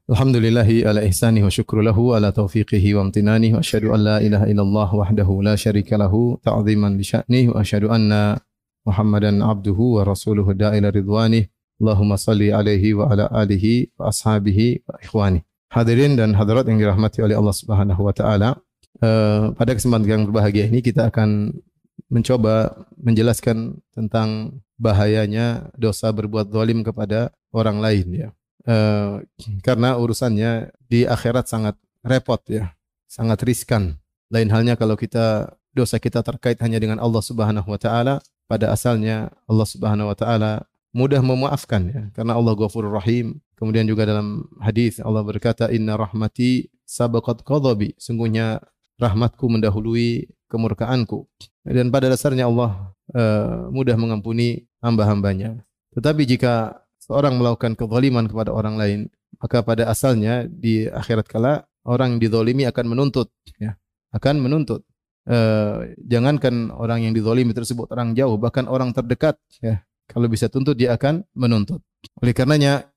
Alhamdulillahi ala ihsanihi wa syukru lahu ala taufiqihi wa amtinanihi wa asyhadu an la ilaha illallah wahdahu la syarika lahu ta'ziman li sya'nihi wa asyhadu anna Muhammadan abduhu wa rasuluhu da'ila ridwanih. Allahumma salli alaihi wa ala alihi wa ashabihi wa ikhwani. Hadirin dan hadirat yang dirahmati oleh Allah Subhanahu wa taala, pada kesempatan yang berbahagia ini kita akan mencoba menjelaskan tentang bahayanya dosa berbuat zalim kepada orang lain ya. Karena urusannya di akhirat sangat repot ya, sangat riskan. Lain halnya kalau dosa kita terkait hanya dengan Allah Subhanahu wa taala, pada asalnya Allah Subhanahu wa taala mudah memaafkan ya, karena Allah Ghafurur Rahim. Kemudian juga dalam hadis Allah berkata, "Inna rahmati sabaqat ghadabi." Sungguhnya rahmatku mendahului kemurkaanku. Dan pada dasarnya Allah mudah mengampuni hamba-hambanya. Tetapi jika seorang melakukan kezaliman kepada orang lain, maka pada asalnya di akhirat kala orang yang dizalimi akan menuntut ya, akan menuntut. Jangankan orang yang dizalimi tersebut orang jauh, bahkan orang terdekat ya, kalau bisa tuntut dia akan menuntut. Oleh karenanya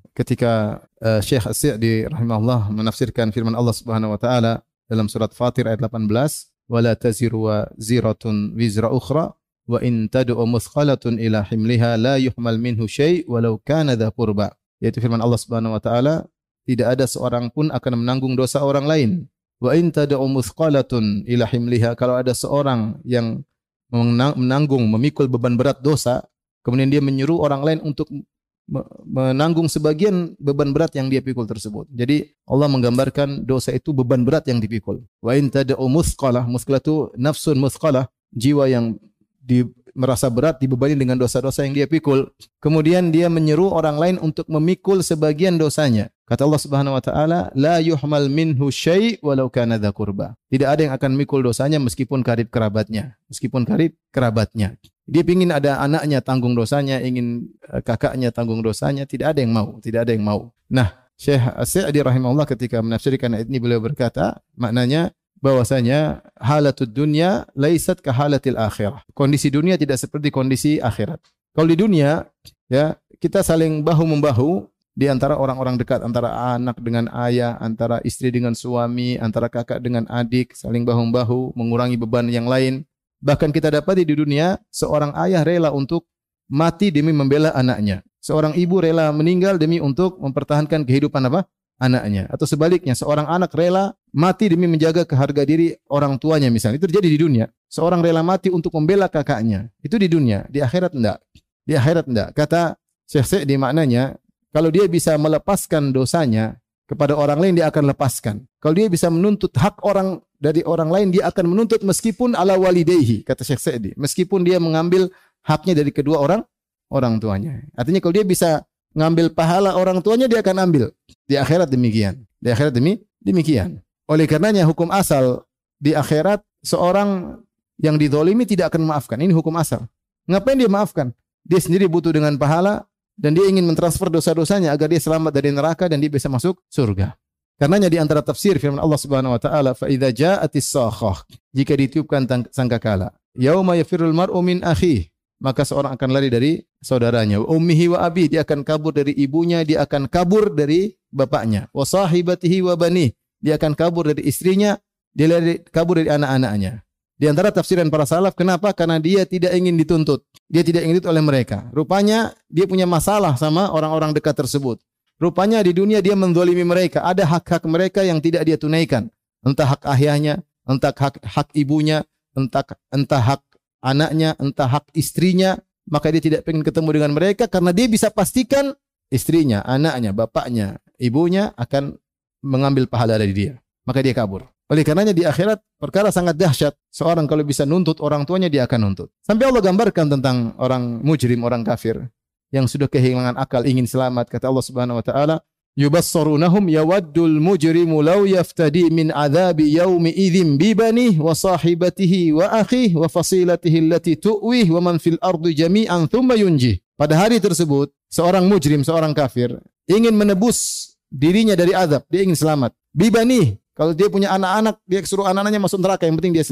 ketika Syekh As-Sa'di rahimahullah menafsirkan firman Allah Subhanahu wa taala dalam surat Fatir ayat 18, "Wala taziru waziratun wizra ukhra wa in tad'u muthqalatun ila himliha la yuhmal minhu syai' walau kana dha qurba." Yaitu firman Allah Subhanahu wa taala, tidak ada seorang pun akan menanggung dosa orang lain. Wa in tad'u muthqalatun ila himliha, kalau ada seorang yang menanggung memikul beban berat dosa, kemudian dia menyuruh orang lain untuk menanggung sebagian beban berat yang dia pikul tersebut. Jadi Allah menggambarkan dosa itu beban berat yang dipikul. Wa in tad'u muthqalah, muthqalah itu nafsun muthqalah, jiwa yang merasa berat dibebani dengan dosa-dosa yang dia pikul. Kemudian dia menyeru orang lain untuk memikul sebagian dosanya. Kata Allah Subhanahu wa taala, "La yuhmal minhu syai' walau kana dha qurba." Tidak ada yang akan memikul dosanya meskipun karib kerabatnya, meskipun karib kerabatnya. Dia ingin ada anaknya tanggung dosanya, ingin kakaknya tanggung dosanya, tidak ada yang mau, tidak ada yang mau. Nah, Syekh As-Sa'di rahimahullah ketika menafsirkan ayat ini beliau berkata, maknanya bahwasanya halatud dunya laisat ka halatil akhirah. Kondisi dunia tidak seperti kondisi akhirat. Kalau di dunia ya, kita saling bahu-membahu di antara orang-orang dekat, antara anak dengan ayah, antara istri dengan suami, antara kakak dengan adik, saling bahu-membahu mengurangi beban yang lain. Bahkan kita dapati di dunia seorang ayah rela untuk mati demi membela anaknya. Seorang ibu rela meninggal demi untuk mempertahankan kehidupan anaknya. Atau sebaliknya, seorang anak rela mati demi menjaga keharga diri orang tuanya misalnya. Itu terjadi di dunia. Seorang rela mati untuk membela kakaknya. Itu di dunia. Di akhirat enggak. Di akhirat enggak. Kata Syekh Sa'di maknanya, kalau dia bisa melepaskan dosanya kepada orang lain, dia akan lepaskan. Kalau dia bisa menuntut hak orang dari orang lain, dia akan menuntut meskipun ala walidayhi, kata Syekh Sa'di. Meskipun dia mengambil haknya dari kedua orang tuanya. Artinya kalau dia bisa ngambil pahala orang tuanya, dia akan ambil. Di akhirat demikian. Di akhirat demikian. Oleh karenanya hukum asal di akhirat, seorang yang dizalimi tidak akan memaafkan. Ini hukum asal. Ngapain dia maafkan? Dia sendiri butuh dengan pahala dan dia ingin mentransfer dosa-dosanya agar dia selamat dari neraka dan dia bisa masuk surga. Karenanya di antara tafsir firman Allah Subhanahu wa taala, "Fa idza ja'atis sakhah," jika ditiupkan sangkakala, "yauma yafirrul mar'u min akhihi," maka seorang akan lari dari saudaranya. "Wa ummihi wa abi," dia akan kabur dari ibunya, dia akan kabur dari bapaknya. "Wa sahibatihi wa banihi," dia akan kabur dari istrinya, dia kabur dari anak-anaknya. Di antara tafsiran para salaf, kenapa? Karena dia tidak ingin dituntut. Dia tidak ingin dituntut oleh mereka. Rupanya dia punya masalah sama orang-orang dekat tersebut. Rupanya di dunia dia menzalimi mereka. Ada hak-hak mereka yang tidak dia tunaikan. Entah hak ayahnya, entah hak ibunya, entah hak anaknya, entah hak istrinya. Maka dia tidak ingin ketemu dengan mereka karena dia bisa pastikan istrinya, anaknya, bapaknya, ibunya akan mengambil pahala dari dia. Maka dia kabur. Oleh karenanya di akhirat perkara sangat dahsyat. Seorang kalau bisa nuntut orang tuanya, dia akan nuntut. Sampai Allah gambarkan tentang orang mujrim, orang kafir yang sudah kehilangan akal ingin selamat. Kata Allah Subhanahu wa taala, "Yubassarunahum yawaddul mujrimu law yaftadi min adzabi yaumi idzin bi banihi wa sahibatihi wa akhihi wa fasilatihi allati tu'wih wa man fil ardi jami'an thumma yunjih." Pada hari tersebut, seorang mujrim, seorang kafir ingin menebus dirinya dari azab, dia ingin selamat. Bi banihi, kalau dia punya anak-anak, dia suruh anak-anaknya masuk neraka, yang penting dia selamat.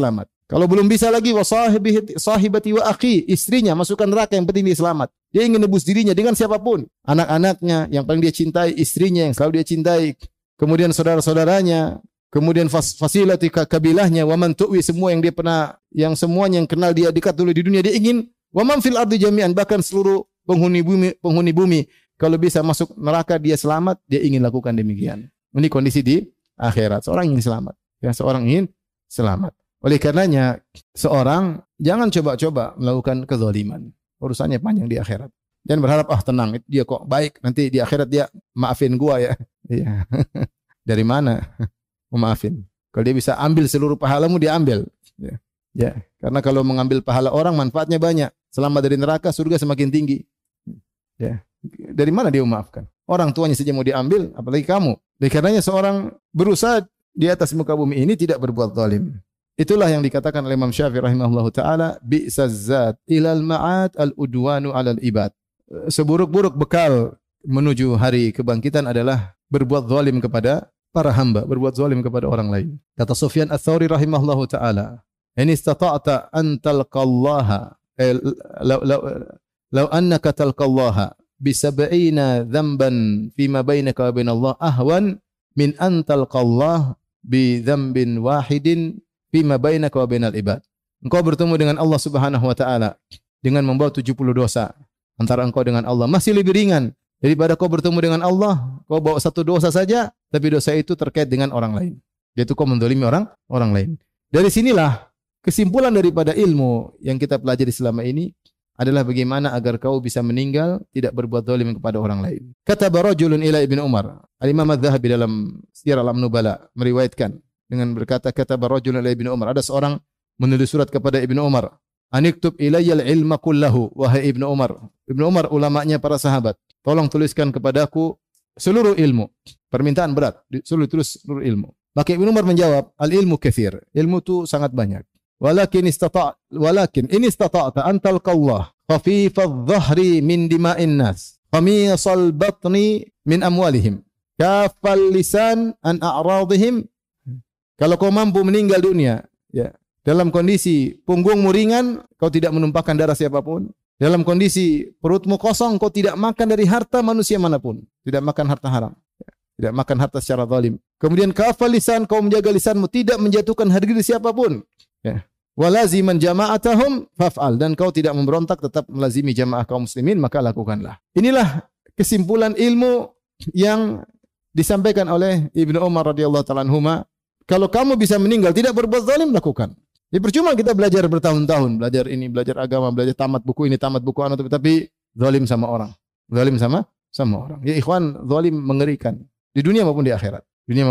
Kalau belum bisa lagi sahibati wa akhi, istrinya masukkan neraka, yang penting dia selamat. Dia ingin nebus dirinya dengan siapapun. Anak-anaknya yang paling dia cintai, istrinya yang selalu dia cintai, kemudian saudara-saudaranya, kemudian fasilati kabilahnya, wa man tuwi, semua yang dia pernah, yang semuanya yang kenal dia dekat dulu di dunia, dia ingin wa man fil ardi jami'an, bahkan seluruh penghuni bumi kalau bisa masuk neraka dia selamat, dia ingin lakukan demikian. Ini kondisi di akhirat. Seorang ingin selamat. Ya, seorang ingin selamat. Oleh karenanya, seorang jangan coba-coba melakukan kezaliman. Urusannya panjang di akhirat. Jangan berharap, tenang, dia kok baik, nanti di akhirat dia maafin gua ya. Iya. Dari mana? Maafin. Kalau dia bisa ambil seluruh pahalamu, dia ambil. Ya. Ya. Karena kalau mengambil pahala orang, manfaatnya banyak. Selamat dari neraka, surga semakin tinggi. Ya. Dari mana dia memaafkan? Orang tuanya saja mau diambil, apalagi kamu. Oleh karenanya seorang berusaha di atas muka bumi ini tidak berbuat zalim. Itulah yang dikatakan oleh Imam Syafi'i rahimahullahu taala, bi'saz zat ilal ma'ad al-udwanu 'alal ibad. Seburuk-buruk bekal menuju hari kebangkitan adalah berbuat zalim kepada para hamba, berbuat zalim kepada orang lain. Kata Sufyan Ats-Tsauri rahimahullahu taala, "In istata'ta an talqallaha law annaka talqallaha bi 70 dhanban fima bainaka wa bainallah ahwan min an talqallah bi dhanbin wahidin fima bainaka wa bainal ibad." Engkau bertemu dengan Allah Subhanahu wa taala dengan membawa 70 dosa antara engkau dengan Allah, masih lebih ringan daripada kau bertemu dengan Allah, kau bawa satu dosa saja, tapi dosa itu terkait dengan orang lain, yaitu kau mendolimi orang lain. Dari sinilah kesimpulan daripada ilmu yang kita pelajari selama ini adalah bagaimana agar kau bisa meninggal tidak berbuat zalim kepada orang lain. Kata rajulun ila Ibnu Umar. Al-Imam Adz-Dzahabi dalam Syiar Al-A'lam Nubala meriwayatkan dengan berkata, kata rajulun ila Ibnu Umar, ada seorang menulis surat kepada Ibnu Umar, "Aniktub ilayyal ilma kullahu," wahai Ibnu Umar. Ibnu Umar ulamanya para sahabat, tolong tuliskan kepadaku seluruh ilmu. Permintaan berat, tulis seluruh ilmu. Maka Ibnu Umar menjawab, "Al-ilmu katsir." Ilmu itu sangat banyak. Walakin in istata'ta an talqallah khafifadh dhahri min dima'in nas, khamisal batni min amwalihim, kafal lisan an a'radihim. Kalau kau mampu meninggal dunia, ya, dalam kondisi punggungmu ringan, kau tidak menumpahkan darah siapapun. Dalam kondisi perutmu kosong, kau tidak makan dari harta manusia manapun, tidak makan harta haram, tidak makan harta secara zalim. Kemudian kafal lisan, kau menjaga lisanmu, tidak menjatuhkan harga diri siapapun. Ya. Walaziman jama'atahum faf'al, dan kau tidak memberontak, tetap melazimi jamaah kaum muslimin, maka lakukanlah. Inilah kesimpulan ilmu yang disampaikan oleh Ibnu Umar radhiyallahu ta'ala anhuma. Kalau kamu bisa meninggal tidak berbuat zalim, lakukan. Ya, percuma kita belajar bertahun-tahun, belajar ini, belajar agama, belajar tamat buku ini, tamat buku anu, tapi zalim sama orang. Zalim sama orang. Ya ikhwan, zalim mengerikan di dunia maupun di akhirat.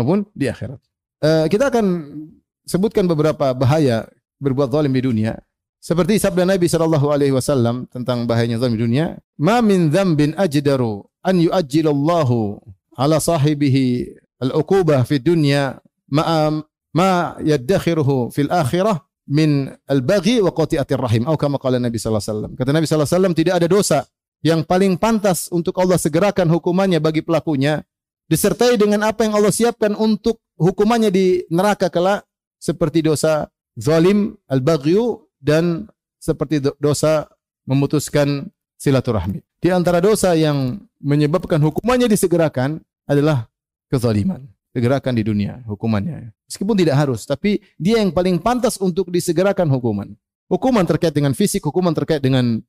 Kita akan sebutkan beberapa bahaya berbuat zalim di dunia. Seperti sabda Nabi sallallahu alaihi wasallam tentang bahayanya zalim di dunia, "Ma min dzambin ajdaru an yu'ajjilallahu ala sahibihi al-uqubah fid dunya ma yaddakhiruhu fil akhirah min al-baghi wa qati'atir rahim." Atau kama qala Nabi sallallahu alaihi wasallam. Kata Nabi sallallahu alaihi wasallam, tidak ada dosa yang paling pantas untuk Allah segerakan hukumannya bagi pelakunya disertai dengan apa yang Allah siapkan untuk hukumannya di neraka kelak, seperti dosa zalim, al-baghyu, dan seperti dosa memutuskan silaturahmi. Di antara dosa yang menyebabkan hukumannya disegerakan adalah kezaliman. Segerakan di dunia hukumannya. Meskipun tidak harus, tapi dia yang paling pantas untuk disegerakan hukuman. Hukuman terkait dengan fisik, hukuman terkait dengan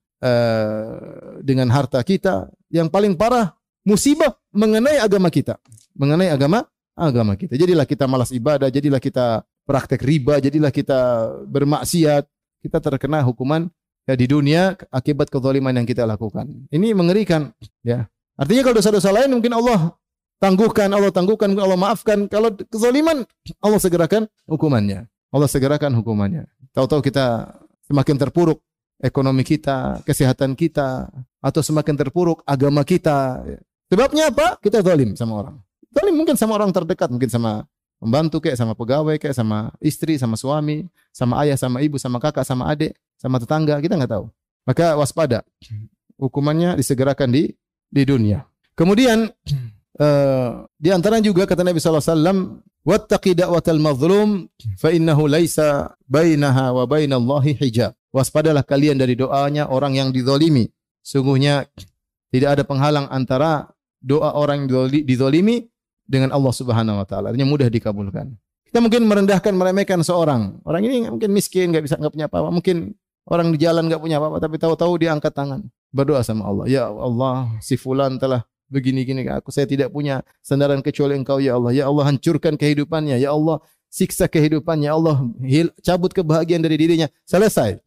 harta kita. Yang paling parah, musibah mengenai agama kita. Mengenai agama kita. Jadilah kita malas ibadah, jadilah kita praktek riba, jadilah kita bermaksiat, kita terkena hukuman ya di dunia akibat kezaliman yang kita lakukan. Ini mengerikan, ya. Artinya kalau dosa-dosa lain mungkin Allah tangguhkan, Allah maafkan. Kalau kezaliman, Allah segerakan hukumannya. Tahu-tahu kita semakin terpuruk ekonomi kita, kesehatan kita, atau semakin terpuruk agama kita. Sebabnya apa? Kita zalim sama orang. Zalim mungkin sama orang terdekat, mungkin sama pembantu, kayak sama pegawai, kayak sama istri, sama suami, sama ayah, sama ibu, sama kakak, sama adik, sama tetangga, kita nggak tahu. Maka waspada. Hukumannya disegerakan di dunia. Kemudian di antara juga kata Nabi sallallahu alaihi wasallam, Wattaqi da'watal mazlum fa innahu laisa bainaha wa bainallahi hijab. Waspadalah kalian dari doanya orang yang dizalimi. Sungguhnya tidak ada penghalang antara doa orang yang dizalimi dengan Allah Subhanahu wa taala. Artinya mudah dikabulkan. Kita mungkin merendahkan, meremehkan seorang. Orang ini mungkin miskin, enggak punya apa-apa. Mungkin orang di jalan enggak punya apa-apa, tapi tahu-tahu dia angkat tangan, berdoa sama Allah. Ya Allah, si fulan telah begini-gini ke aku. Saya tidak punya sandaran kecuali Engkau ya Allah. Ya Allah, hancurkan kehidupannya. Ya Allah, siksa kehidupannya. Ya Allah, cabut kebahagiaan dari dirinya. Selesai.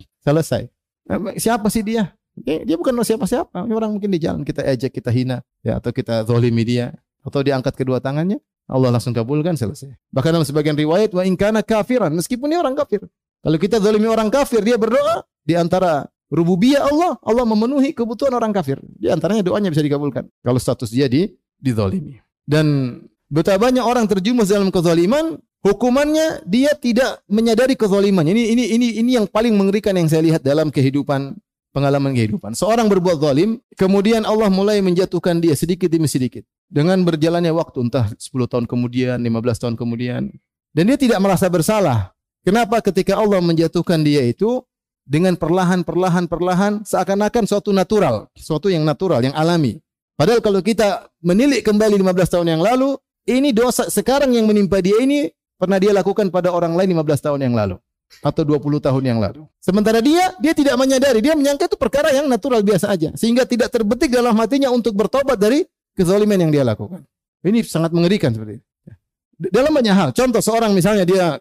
Siapa sih dia? Dia bukan siapa-siapa. Orang mungkin di jalan kita ejek, kita hina, ya, atau kita zalimi dia, atau dia angkat kedua tangannya, Allah langsung kabulkan, selesai. Bahkan dalam sebagian riwayat, wa in kana kafiran, meskipun dia orang kafir. Kalau kita zalimi orang kafir, dia berdoa, di antara rububiyah Allah, Allah memenuhi kebutuhan orang kafir. Di antaranya doanya bisa dikabulkan kalau status dia dizalimi. Dan betapa banyak orang terjumus dalam kezaliman, hukumannya dia tidak menyadari kezaliman. Ini yang paling mengerikan yang saya lihat dalam pengalaman kehidupan. Seorang berbuat zalim, kemudian Allah mulai menjatuhkan dia sedikit demi sedikit. Dengan berjalannya waktu, entah 10 tahun kemudian, 15 tahun kemudian. Dan dia tidak merasa bersalah. Kenapa? Ketika Allah menjatuhkan dia itu, dengan perlahan, seakan-akan suatu yang natural, yang alami. Padahal kalau kita menilik kembali 15 tahun yang lalu, ini dosa sekarang yang menimpa dia ini, pernah dia lakukan pada orang lain 15 tahun yang lalu. Atau 20 tahun yang lalu. Sementara dia tidak menyadari, dia menyangka itu perkara yang natural biasa aja. Sehingga tidak terbetik dalam hatinya untuk bertobat dari kezaliman yang dia lakukan. Ini sangat mengerikan seperti itu. Dalam banyak hal. Contoh seorang misalnya dia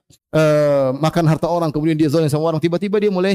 makan harta orang, kemudian dia zalim sama orang, tiba-tiba dia mulai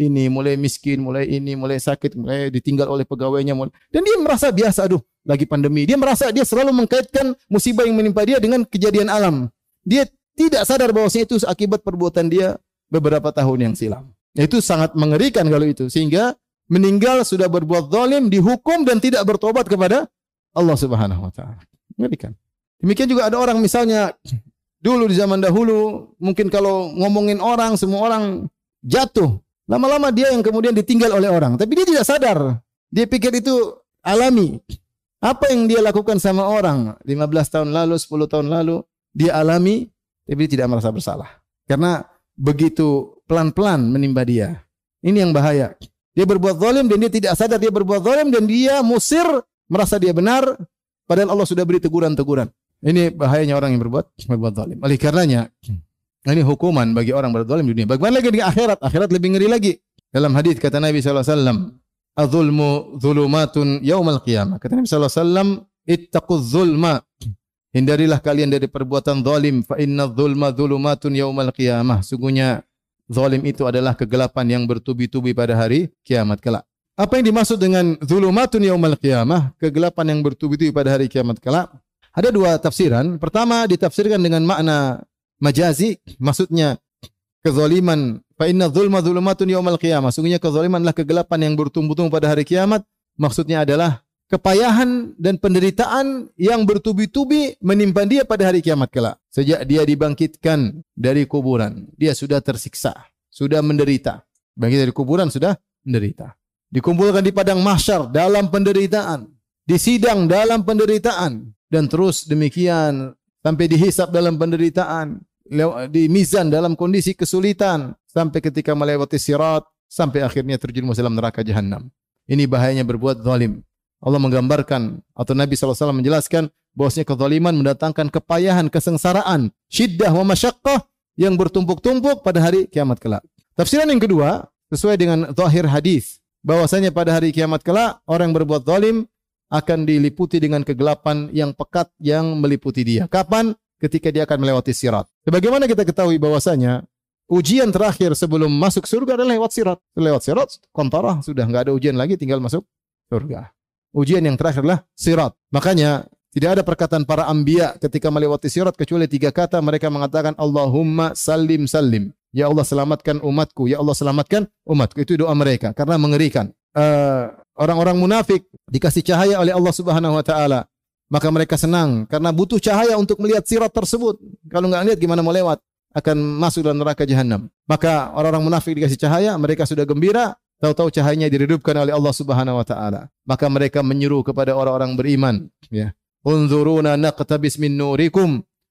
miskin, mulai sakit, mulai ditinggal oleh pegawainya. Dan dia merasa biasa, lagi pandemi. Dia merasa dia selalu mengkaitkan musibah yang menimpa dia dengan kejadian alam. Dia tidak sadar bahwasanya itu akibat perbuatan dia beberapa tahun yang silam. Itu sangat mengerikan kalau itu. Sehingga meninggal sudah berbuat zalim, dihukum dan tidak bertobat kepada Allah Subhanahu wa taala. Mengerikan. Demikian juga ada orang misalnya dulu di zaman dahulu, mungkin kalau ngomongin orang, semua orang jatuh. Lama-lama dia yang kemudian ditinggal oleh orang. Tapi dia tidak sadar. Dia pikir itu alami. Apa yang dia lakukan sama orang 15 tahun lalu, 10 tahun lalu, dia alami, tapi dia tidak merasa bersalah. Karena begitu pelan-pelan menimpa dia. Ini yang bahaya. Dia berbuat zalim dan dia tidak sadar dia berbuat zalim dan dia musir merasa dia benar, padahal Allah sudah beri teguran-teguran. Ini bahayanya orang yang berbuat zalim. Oleh karenanya, ini hukuman bagi orang berbuat zalim di dunia. Bagaimana lagi di akhirat? Akhirat lebih ngeri lagi. Dalam hadis kata Nabi sallallahu alaihi wasallam, "Adzulmu dzulumatun yaumal qiyamah." Kata Nabi sallallahu alaihi wasallam, "Ittaquz zulma." Hindarilah kalian dari perbuatan zalim, fa inna dzulma dzulumatun yaumal qiyamah. Sungguhnya zalim itu adalah kegelapan yang bertubi-tubi pada hari kiamat kelak. Apa yang dimaksud dengan dzulumatun yaumal qiyamah? Kegelapan yang bertubi-tubi pada hari kiamat kelak. Ada dua tafsiran. Pertama ditafsirkan dengan makna majazi, maksudnya kezaliman. Fa inna dzulma dzulumatun yaumal qiyamah. Sungguhnya kezaliman adalah kegelapan yang bertumbuh-tumbuh pada hari kiamat. Maksudnya adalah kepayahan dan penderitaan yang bertubi-tubi menimpa dia pada hari kiamat kelak. Sejak dia dibangkitkan dari kuburan, dia sudah tersiksa, sudah menderita. Bangkit dari kuburan sudah menderita. Dikumpulkan di padang mahsyar dalam penderitaan, disidang dalam penderitaan, dan terus demikian sampai dihisab dalam penderitaan, di mizan dalam kondisi kesulitan, sampai ketika melewati sirat, sampai akhirnya terjerumus dalam neraka jahanam. Ini bahayanya berbuat zalim. Allah menggambarkan atau Nabi SAW menjelaskan bahwasanya kezaliman mendatangkan kepayahan, kesengsaraan, syiddah wa masyaqqah yang bertumpuk-tumpuk pada hari kiamat kelak. Tafsiran yang kedua sesuai dengan zahir hadis bahwasanya pada hari kiamat kelak orang yang berbuat zalim akan diliputi dengan kegelapan yang pekat yang meliputi dia. Kapan? Ketika dia akan melewati sirat. Sebagaimana kita ketahui bahwasanya ujian terakhir sebelum masuk surga adalah lewat sirat. Lewat sirat, kontarah, sudah enggak ada ujian lagi, tinggal masuk surga. Ujian yang terakhir adalah sirat. Makanya tidak ada perkataan para anbiya ketika melewati sirat kecuali 3 kata. Mereka mengatakan Allahumma salim salim. Ya Allah selamatkan umatku. Ya Allah selamatkan umatku. Itu doa mereka karena mengerikan. Orang-orang munafik dikasih cahaya oleh Allah Subhanahu wa taala. Maka mereka senang karena butuh cahaya untuk melihat sirat tersebut. Kalau enggak lihat gimana mau lewat? Akan masuk dalam neraka jahanam. Maka orang-orang munafik dikasih cahaya, mereka sudah gembira. Tahu-tahu cahayanya diredupkan oleh Allah Subhanahu wa taala. Maka mereka menyeru kepada orang-orang beriman, ya. Unzuruna naqtabis min nurikum.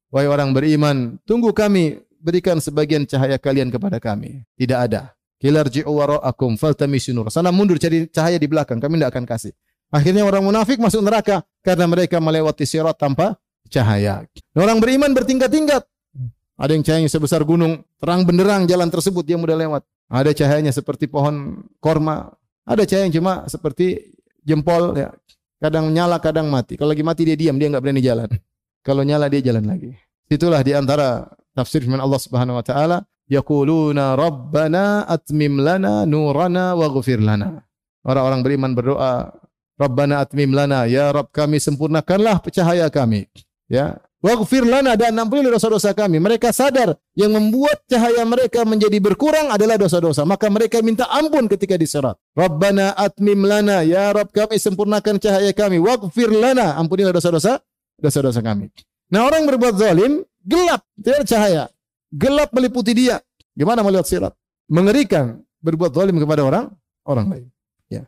Wahai orang beriman, tunggu kami, berikan sebagian cahaya kalian kepada kami. Tidak ada. Qila wara'akum faltamisu nur. Sana mundur cari cahaya di belakang, kami tidak akan kasih. Akhirnya orang munafik masuk neraka karena mereka melewati sirat tanpa cahaya. Orang beriman bertingkat-tingkat. Ada yang cahayanya sebesar gunung, terang benderang jalan tersebut dia mudah lewat. Ada cahayanya seperti pohon korma, ada cahaya yang cuma seperti jempol ya. Kadang nyala, kadang mati. Kalau lagi mati dia diam, dia enggak berani jalan. Kalau nyala dia jalan lagi. Itulah di antara tafsir firman Allah Subhanahu wa taala, yaquluna rabbana atmim lana nurana waghfir lana. Orang-orang beriman berdoa, Rabbana atmim lana, ya Rabb kami sempurnakanlah cahaya kami. Ya. Waghfir lana, dan ampunilah dosa-dosa kami. Mereka sadar yang membuat cahaya mereka menjadi berkurang adalah dosa-dosa. Maka mereka minta ampun ketika diserat. Rabbana atmim lana, ya Rabb kami sempurnakan cahaya kami. Waghfir lana, ampunilah dosa-dosa kami. Nah, orang berbuat zalim gelap, tidak ada cahaya. Gelap meliputi dia. Gimana melihat sirat? Mengerikan berbuat zalim kepada orang lain. Ya.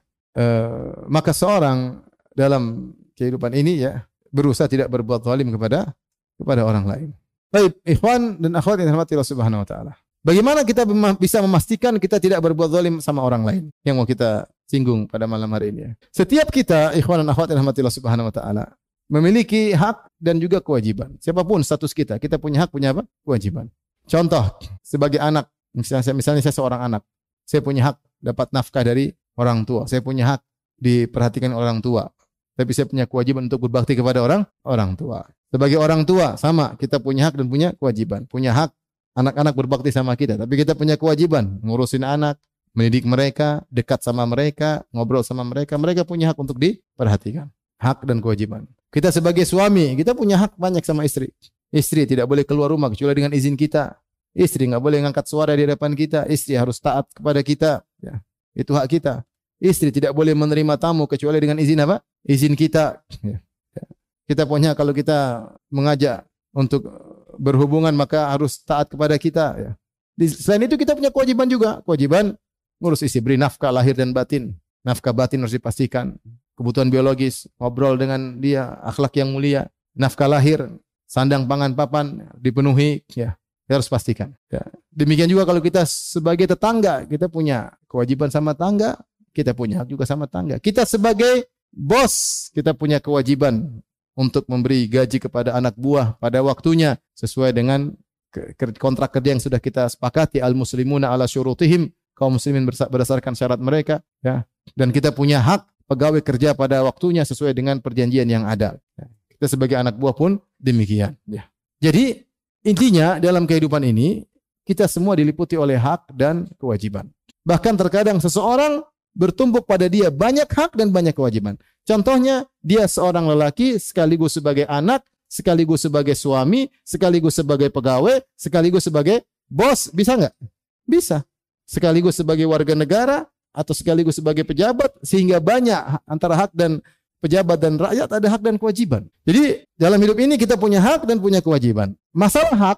Maka seorang dalam kehidupan ini ya berusaha tidak berbuat zalim kepada orang lain. Baik, ikhwan dan akhwat yang dirahmati Allah Subhanahu wa taala. Bagaimana kita bisa memastikan kita tidak berbuat zalim sama orang lain? Yang mau kita singgung pada malam hari ini ya. Setiap kita, ikhwan dan akhwat yang dirahmati Allah Subhanahu wa taala, memiliki hak dan juga kewajiban. Siapapun status kita, kita punya hak, punya apa? Kewajiban. Contoh, sebagai anak, misalnya saya seorang anak, saya punya hak dapat nafkah dari orang tua. Saya punya hak diperhatikan orang tua. Tapi saya punya kewajiban untuk berbakti kepada orang tua. Sebagai orang tua, sama, kita punya hak dan punya kewajiban. Punya hak anak-anak berbakti sama kita, tapi kita punya kewajiban ngurusin anak, mendidik mereka, dekat sama mereka, ngobrol sama mereka. Mereka punya hak untuk diperhatikan. Hak dan kewajiban. Kita sebagai suami, kita punya hak banyak sama istri. Istri tidak boleh keluar rumah kecuali dengan izin kita. Istri enggak boleh ngangkat suara di depan kita. Istri harus taat kepada kita. Ya, itu hak kita. Istri tidak boleh menerima tamu kecuali dengan izin apa? Izin kita. Ya. Kita punya, kalau kita mengajak untuk berhubungan maka harus taat kepada kita. Ya. Selain itu kita punya kewajiban juga. Kewajiban ngurus istri, beri nafkah lahir dan batin. Nafkah batin harus dipastikan. Kebutuhan biologis, ngobrol dengan dia, akhlak yang mulia. Nafkah lahir, sandang pangan papan dipenuhi, ya, kita harus pastikan. Ya. Demikian juga kalau kita sebagai tetangga, kita punya kewajiban sama tangga, kita punya hak juga sama tangga. Kita sebagai bos, kita punya kewajiban untuk memberi gaji kepada anak buah pada waktunya sesuai dengan kontrak kerja yang sudah kita sepakati. Al-muslimuna ala syurutihim, kaum muslimin berdasarkan syarat mereka. Ya. Dan kita punya hak pegawai kerja pada waktunya sesuai dengan perjanjian yang ada. Kita sebagai anak buah pun demikian. Ya. Jadi intinya dalam kehidupan ini kita semua diliputi oleh hak dan kewajiban. Bahkan terkadang seseorang bertumpuk pada dia banyak hak dan banyak kewajiban. Contohnya dia seorang lelaki sekaligus sebagai anak, sekaligus sebagai suami, sekaligus sebagai pegawai, sekaligus sebagai bos. Bisa nggak? Bisa. Sekaligus sebagai warga negara atau sekaligus sebagai pejabat, sehingga banyak antara hak dan pejabat dan rakyat ada hak dan kewajiban. Jadi dalam hidup ini kita punya hak dan punya kewajiban. Masalah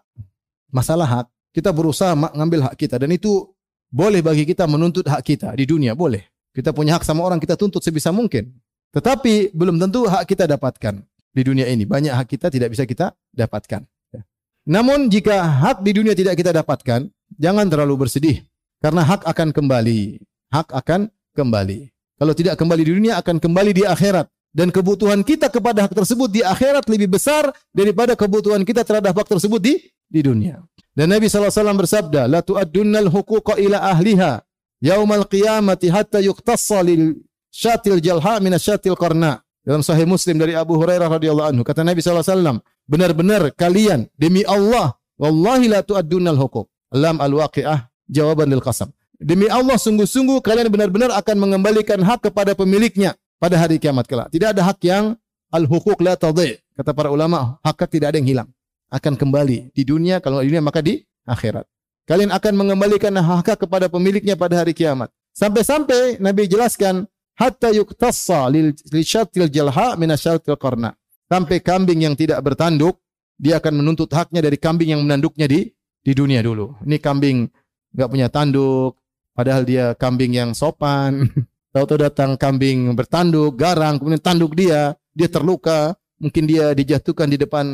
hak, kita berusaha mengambil hak kita, dan itu boleh bagi kita menuntut hak kita di dunia, boleh. Kita punya hak sama orang, kita tuntut sebisa mungkin. Tetapi belum tentu hak kita dapatkan di dunia ini. Banyak hak kita tidak bisa kita dapatkan. Namun jika hak di dunia tidak kita dapatkan, jangan terlalu bersedih, karena hak akan kembali. Hak akan kembali. Kalau tidak kembali di dunia, akan kembali di akhirat. Dan kebutuhan kita kepada hak tersebut di akhirat lebih besar daripada kebutuhan kita terhadap hak tersebut di dunia. Dan Nabi SAW bersabda, la tu'addunnal huquqa ila ahliha yaumal qiyamati hatta yuqtassa lil syatil jalha min asyatil qarna. Dalam Sahih Muslim dari Abu Hurairah radhiyallahu anhu, kata Nabi SAW, benar-benar kalian demi Allah, wallahi la tu'addunnal huquq. Lam al-waqi'ah jawaban lil qasam. Demi Allah, sungguh-sungguh kalian benar-benar akan mengembalikan hak kepada pemiliknya pada hari kiamat kelak. Tidak ada hak yang al-huquq la tadhi. Kata para ulama, hak tidak ada yang hilang. Akan kembali di dunia, kalau di dunia maka di akhirat. Kalian akan mengembalikan hak kepada pemiliknya pada hari kiamat. Sampai-sampai Nabi jelaskan, hatta yuqtassa lil syatil jalha min asyatil qarna. Sampai kambing yang tidak bertanduk, dia akan menuntut haknya dari kambing yang menanduknya di dunia dulu. Ini kambing enggak punya tanduk, padahal dia kambing yang sopan. Tahu-tahu datang kambing bertanduk, garang, kemudian tanduk dia terluka, mungkin dia dijatuhkan di depan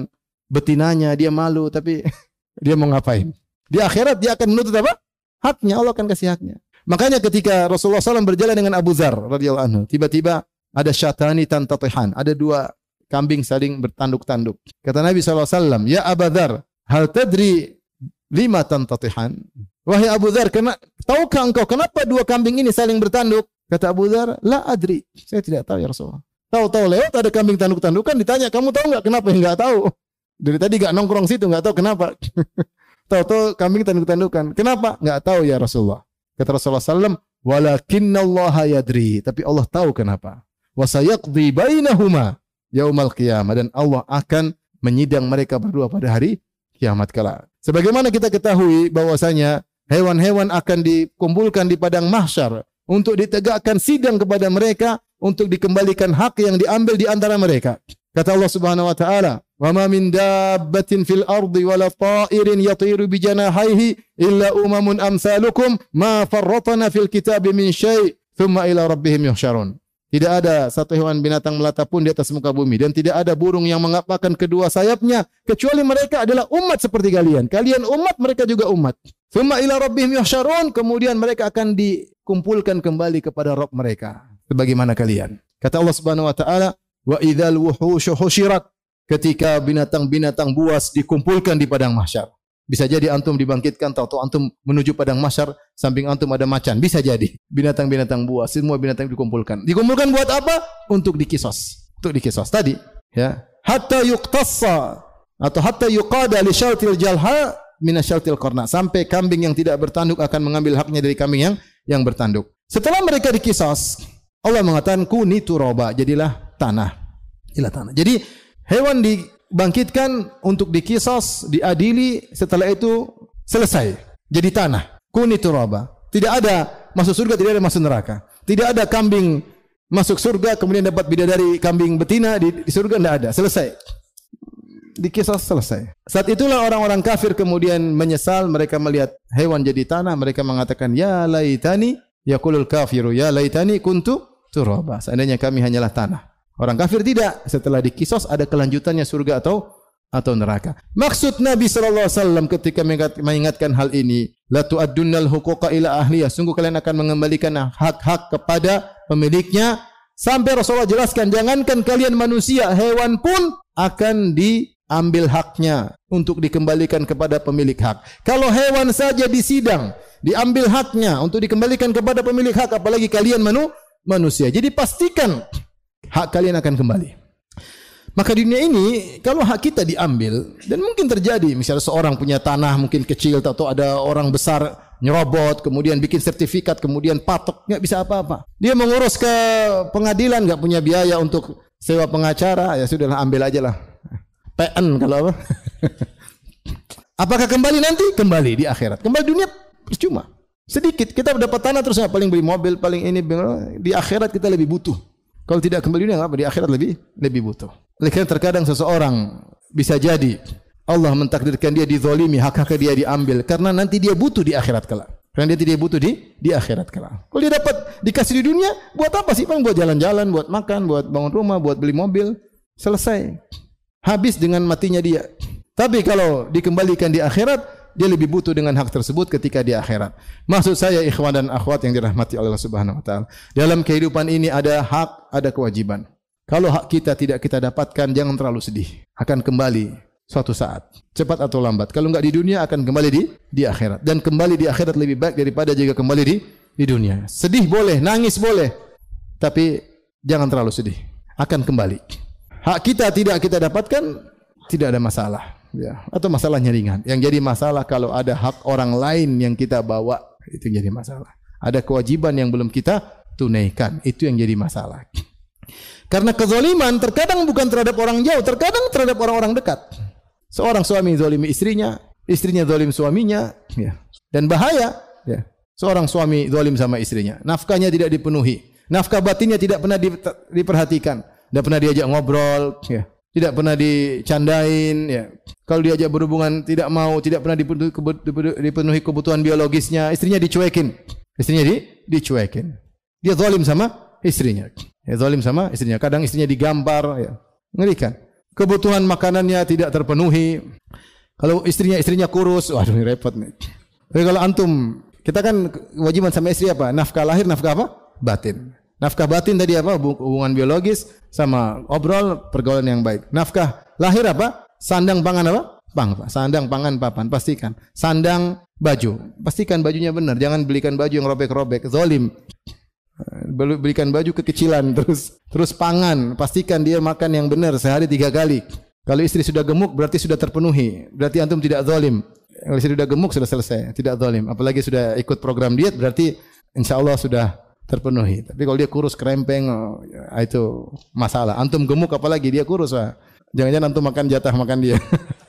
betinanya, dia malu, tapi dia mau ngapain? Di akhirat dia akan menuntut apa? Haknya, Allah akan kasih haknya. Makanya ketika Rasulullah SAW berjalan dengan Abu Dzar radhiyallahu anhu, tiba-tiba ada syatani tantatihan, ada dua kambing saling bertanduk-tanduk. Kata Nabi SAW, ya Abu Dzar, hal tadri lima tantatihan? Wahai Abu Dzar, tahukah engkau kenapa dua kambing ini saling bertanduk? Kata Abu Dzar, la adri. Saya tidak tahu ya Rasulullah. Tahu-tahu lewat ada kambing tanduk-tandukan, ditanya, kamu tahu enggak kenapa? Enggak tahu. Dari tadi enggak nongkrong situ, enggak tahu kenapa. Tahu-tahu kambing tanduk-tandukan. Kenapa? Enggak tahu ya Rasulullah. Kata Rasulullah SAW, walakinnallaha yadri. Tapi Allah tahu kenapa. Wa sayaqdi bainahuma yaumal qiyamah. Dan Allah akan menyidang mereka berdua pada hari kiamat kelak. Sebagaimana kita ketahui bahwasanya hewan-hewan akan dikumpulkan di padang mahsyar untuk ditegakkan sidang kepada mereka untuk dikembalikan hak yang diambil di antara mereka. Kata Allah Subhanahu wa taala, "Wa ma min dabbatin fil ardi wala ta'irin yatiru bi janahihi illa umamun amsalukum ma farratna fil kitabi min syai' thumma ila rabbihim yuhsyarun." Tidak ada satu hewan binatang melata pun di atas muka bumi dan tidak ada burung yang mengapakkan kedua sayapnya kecuali mereka adalah umat seperti kalian. Kalian umat, mereka juga umat. Thumma ila rabbihim yuhsyarun, kemudian mereka akan dikumpulkan kembali kepada Rabb mereka sebagaimana kalian. Kata Allah Subhanahu wa taala, wa idzal wuhushu husyirat, ketika binatang-binatang buas dikumpulkan di padang mahsyar. Bisa jadi antum dibangkitkan atau antum menuju padang mahsyar, samping antum ada macan, bisa jadi. Binatang-binatang buas, semua binatang dikumpulkan. Dikumpulkan buat apa? Untuk dikisos. Untuk dikisos tadi, ya. Hatta yuqtassa atau hatta yuqada li syautil jalha min syautil qarna. Sampai kambing yang tidak bertanduk akan mengambil haknya dari kambing yang bertanduk. Setelah mereka dikisos, Allah mengatakan kuni turaba, jadilah tanah. Jadilah tanah. Jadi hewan dibangkitkan untuk dikisos, diadili, setelah itu selesai. Jadi tanah. Kuni turaba. Tidak ada masuk surga, tidak ada masuk neraka. Tidak ada kambing masuk surga kemudian dapat bidadari kambing betina di surga, tidak ada. Selesai. Dikisos, selesai. Saat itulah orang-orang kafir kemudian menyesal, mereka melihat hewan jadi tanah, mereka mengatakan ya laitani yaqulul kafiru ya laitani kuntu turaba. Seandainya kami hanyalah tanah. Orang kafir tidak. Setelah dikisos ada kelanjutannya surga atau neraka. Maksud Nabi sallallahu alaihi wasallam ketika mengingatkan hal ini, la tu'addunnal huquqa ila ahliya. Sungguh kalian akan mengembalikan hak-hak kepada pemiliknya. Sampai Rasulullah jelaskan, jangankan kalian manusia, hewan pun akan diambil haknya untuk dikembalikan kepada pemilik hak. Kalau hewan saja disidang, diambil haknya untuk dikembalikan kepada pemilik hak, apalagi kalian manusia. Jadi pastikan hak kalian akan kembali. Maka di dunia ini kalau hak kita diambil, dan mungkin terjadi misalnya seorang punya tanah mungkin kecil atau ada orang besar nyerobot kemudian bikin sertifikat kemudian patok, nggak bisa apa-apa. Dia mengurus ke pengadilan nggak punya biaya untuk sewa pengacara, ya sudahlah ambil aja lah. PN kalau apa. Apakah kembali nanti? Kembali di akhirat. Kembali dunia percuma. Sedikit kita dapat tanah terus paling beli mobil, paling ini, di akhirat kita lebih butuh. Kalau tidak kembali dunia apa? Di akhirat lebih butuh. Oleh karena terkadang seseorang bisa jadi Allah mentakdirkan dia dizalimi, hak-haknya dia diambil karena nanti dia butuh di akhirat kelak. Karena dia tidak butuh di akhirat kelak. Kalau dia dapat dikasih di dunia, buat apa sih? Paling buat jalan-jalan, buat makan, buat bangun rumah, buat beli mobil, selesai. Habis dengan matinya dia. Tapi kalau dikembalikan di akhirat, dia lebih butuh dengan hak tersebut ketika di akhirat. Maksud saya ikhwan dan akhwat yang dirahmati Allah Subhanahu wa taala, dalam kehidupan ini ada hak, ada kewajiban. Kalau hak kita tidak kita dapatkan, jangan terlalu sedih. Akan kembali suatu saat, cepat atau lambat. Kalau enggak di dunia, akan kembali di akhirat. Dan kembali di akhirat lebih baik daripada jika kembali di dunia. Sedih boleh, nangis boleh, tapi jangan terlalu sedih. Akan kembali. Hak kita tidak kita dapatkan, tidak ada masalah. Ya, atau masalahnya ringan. Yang jadi masalah kalau ada hak orang lain yang kita bawa, itu yang jadi masalah. Ada kewajiban yang belum kita tunaikan, itu yang jadi masalah. Karena kezaliman terkadang bukan terhadap orang jauh, terkadang terhadap orang-orang dekat. Seorang suami zalimi istrinya, istrinya zalim suaminya, ya. Dan bahaya, ya. Seorang suami zalim sama istrinya, nafkahnya tidak dipenuhi, nafkah batinnya tidak pernah diperhatikan, tidak pernah diajak ngobrol, ya. Tidak pernah dicandain, ya. Kalau diajak berhubungan tidak mau, tidak pernah dipenuhi kebutuhan biologisnya, istrinya dicuekin. Istrinya dicuekin. Dia zalim sama istrinya. Ya, zalim sama istrinya. Kadang istrinya digampar, ya. Ngerikan. kebutuhan makanannya tidak terpenuhi. Kalau istrinya kurus, waduh ini repot nih. Tapi kalau antum, kita kan kewajiban sama istri apa? Nafkah lahir, nafkah apa? Batin. Nafkah batin tadi apa? Hubungan biologis sama obrol, pergaulan yang baik. Nafkah lahir apa? Sandang pangan apa? Sandang pangan papan, pastikan. Sandang baju, pastikan bajunya benar. Jangan belikan baju yang robek-robek, zalim. Belikan baju kekecilan, terus pangan, pastikan dia makan yang benar sehari 3 kali. Kalau istri sudah gemuk berarti sudah terpenuhi, berarti antum tidak zalim. Kalau istri sudah gemuk sudah selesai, tidak zalim. Apalagi sudah ikut program diet berarti insyaallah sudah terpenuhi. Tapi kalau dia kurus kerempeng, itu masalah. Antum gemuk apalagi dia kurus, jangan-jangan antum makan jatah makan dia.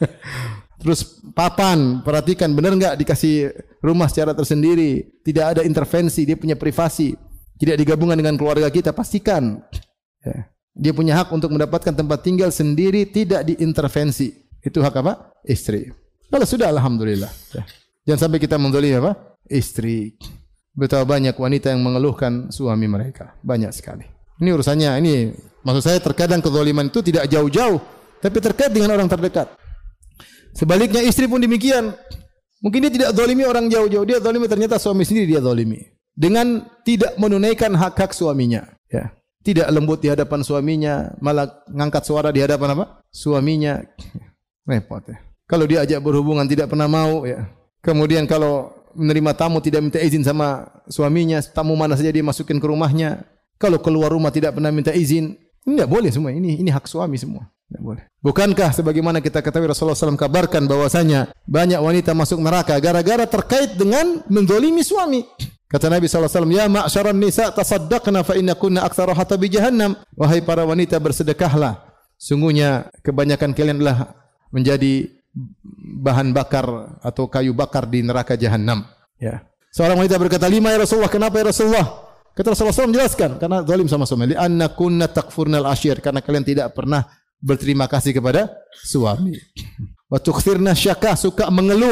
Terus papan, perhatikan benar enggak dikasih rumah secara tersendiri, tidak ada intervensi, dia punya privasi, tidak digabungkan dengan keluarga kita, pastikan. Ya. Dia punya hak untuk mendapatkan tempat tinggal sendiri, tidak diintervensi. Itu hak apa? Istri. Kalau sudah alhamdulillah. Ya. Jangan sampai kita menzalimi apa? Istri. Betapa banyak wanita yang mengeluhkan suami mereka, banyak sekali. Ini urusannya, ini maksud saya terkadang kezaliman itu tidak jauh-jauh, tapi terkait dengan orang terdekat. Sebaliknya istri pun demikian. Mungkin dia tidak zalimi orang jauh-jauh, dia zalimi ternyata suami sendiri dia zalimi. Dengan tidak menunaikan hak-hak suaminya, ya. Tidak lembut di hadapan suaminya, malah ngangkat suara di hadapan apa? Suaminya. Repot ya. Kalau dia ajak berhubungan tidak pernah mau ya. Kemudian kalau menerima tamu tidak minta izin sama suaminya, tamu mana saja dia masukin ke rumahnya. Kalau keluar rumah tidak pernah minta izin. Ini tidak boleh semua. Ini hak suami semua. Tidak boleh. Bukankah sebagaimana kita ketahui Rasulullah SAW kabarkan bahwasanya banyak wanita masuk neraka gara-gara terkait dengan menzalimi suami. Kata Nabi SAW, ya ma'syaran nisa tasaddaqna fa inna kunna aktsara hatabi jahannam. Wahai para wanita bersedekahlah. Sungguhnya kebanyakan kalian adalah menjadi bahan bakar atau kayu bakar di neraka jahanam. Ya. Seorang wanita berkata, 5 ya Rasulullah. Kenapa ya Rasulullah? Kata Rasulullah SAW menjelaskan, karena zalim sama suami. Li'anna kunna takfurnal asyir. Karena kalian tidak pernah berterima kasih kepada suami. Wa tukthirna syakah, suka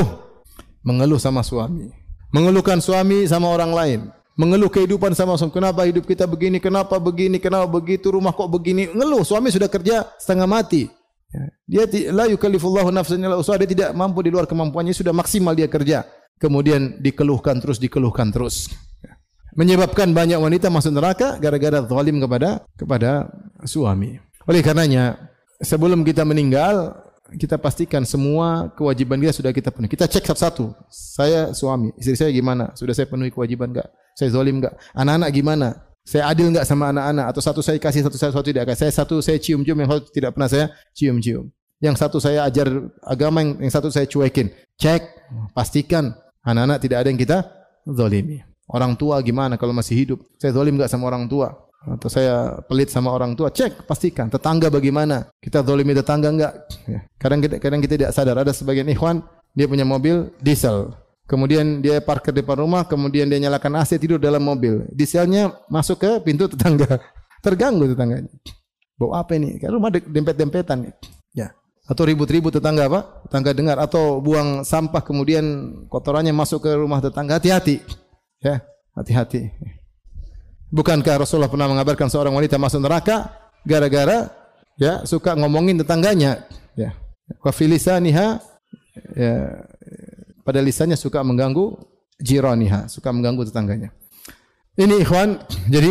mengeluh sama suami. Mengeluhkan suami sama orang lain. Mengeluh kehidupan sama suami. Kenapa hidup kita begini? Kenapa begini? Kenapa begitu? Rumah kok begini? Ngeluh. Suami sudah kerja setengah mati. Dia la yukallifullahu nafsan illa wus'aha. Dia tidak mampu di luar kemampuannya. Sudah maksimal dia kerja. Kemudian dikeluhkan terus. Menyebabkan banyak wanita masuk neraka gara-gara zalim kepada suami. Oleh karenanya, sebelum kita meninggal, kita pastikan semua kewajiban kita sudah kita penuhi. Kita cek satu-satu. Saya suami, istri saya gimana? Sudah saya penuhi kewajiban enggak? Saya zalim enggak? Anak-anak gimana? Saya adil enggak sama anak-anak? Atau satu saya kasih, satu tidak kasih? Satu saya cium-cium, yang satu tidak pernah saya cium-cium. Yang satu saya ajar agama, yang satu saya cuekin. Cek, pastikan anak-anak tidak ada yang kita zalimi. Orang tua gimana kalau masih hidup? Saya zalim enggak sama orang tua? Atau saya pelit sama orang tua, cek, pastikan. Tetangga bagaimana? Kita zalimi tetangga enggak? Ya. Kadang kita tidak sadar. Ada sebagian ikhwan, dia punya mobil diesel. Kemudian dia parkir depan rumah, kemudian dia nyalakan AC, tidur dalam mobil. Dieselnya masuk ke pintu tetangga. Terganggu tetangganya. Bau apa ini? Kan rumah dempet-dempetan. Ya. Atau ribut-ribut tetangga apa? Tetangga dengar. Atau buang sampah kemudian kotorannya masuk ke rumah tetangga. Hati-hati. Ya, hati-hati. Bukankah Rasulullah pernah mengabarkan seorang wanita masuk neraka gara-gara ya suka ngomongin tetangganya, ya. Wa filisaniha, ya, pada lisannya suka mengganggu jiraniha, suka mengganggu tetangganya. Ini ikhwan, jadi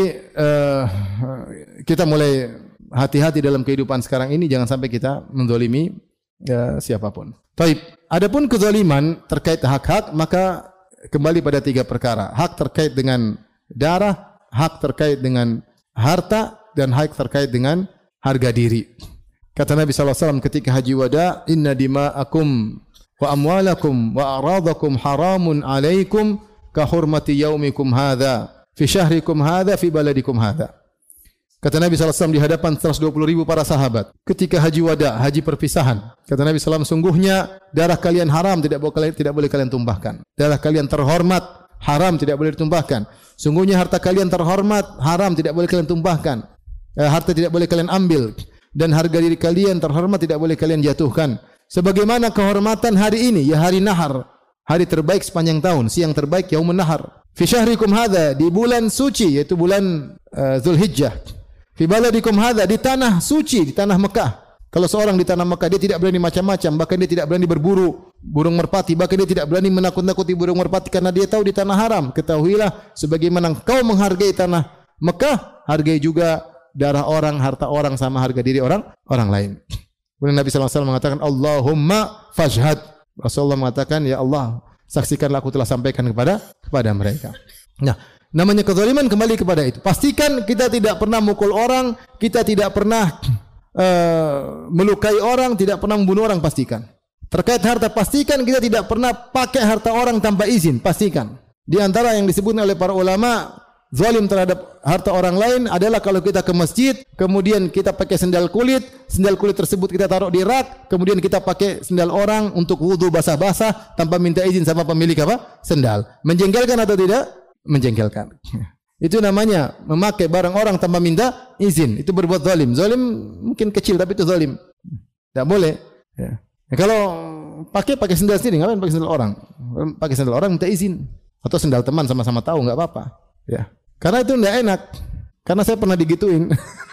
kita mulai hati-hati dalam kehidupan sekarang ini, jangan sampai kita menzalimi ya, siapapun. Baik, adapun kezaliman terkait hak-hak, maka kembali pada 3 perkara. Hak terkait dengan darah, hak terkait dengan harta, dan hak terkait dengan harga diri. Kata Nabi SAW ketika haji wada, inna dima'akum wa amwalakum wa aradakum haramun alaikum ka hurmati yaumikum hadha fi syahrikum hadha fi baladikum hadha. Kata Nabi SAW di hadapan 120.000 para sahabat ketika haji wada, haji perpisahan. Kata Nabi SAW, sungguhnya darah kalian haram, tidak boleh kalian tumpahkan. Darah kalian terhormat, haram, tidak boleh ditumpahkan. Sungguhnya harta kalian terhormat, haram, tidak boleh kalian tumpahkan. Harta tidak boleh kalian ambil. Dan harga diri kalian terhormat, tidak boleh kalian jatuhkan. Sebagaimana kehormatan hari ini, ya hari nahar, hari terbaik sepanjang tahun, siang terbaik yaumun nahar. Fi syahrikum hadha, di bulan suci, yaitu bulan Zulhijjah. Fi baladikum hadha, di tanah suci, di tanah Mekah. Kalau seorang di tanah Mekah dia tidak berani macam-macam, bahkan dia tidak berani berburu burung merpati, bahkan dia tidak berani menakut-nakuti burung merpati karena dia tahu di tanah haram. Ketahuilah sebagaimana engkau menghargai tanah Mekah, hargai juga darah orang, harta orang sama harga diri orang lain. Kemudian Nabi SAW mengatakan, Allahumma fashhad. Rasulullah mengatakan, ya Allah, saksikanlah aku telah sampaikan kepada mereka. Nah, namanya kezaliman kembali kepada itu. Pastikan kita tidak pernah mukul orang, kita tidak pernah melukai orang, tidak pernah membunuh orang, pastikan. Terkait harta, pastikan kita tidak pernah pakai harta orang tanpa izin, pastikan. Di antara yang disebut oleh para ulama, zalim terhadap harta orang lain adalah kalau kita ke masjid, kemudian kita pakai sendal kulit tersebut kita taruh di rak, kemudian kita pakai sendal orang untuk wudu basah-basah tanpa minta izin sama pemilik sendal. Menjengkelkan atau tidak? Menjengkelkan. Itu namanya memakai barang orang tanpa minta izin. Itu berbuat zalim. Zalim mungkin kecil tapi itu zalim. Tidak boleh. Ya. Kalau pakai sendal sendiri, ngapain pakai sendal orang? Pakai sendal orang minta izin. Atau sendal teman sama-sama tahu, enggak apa-apa. Ya. Karena itu tidak enak. Karena saya pernah digituin.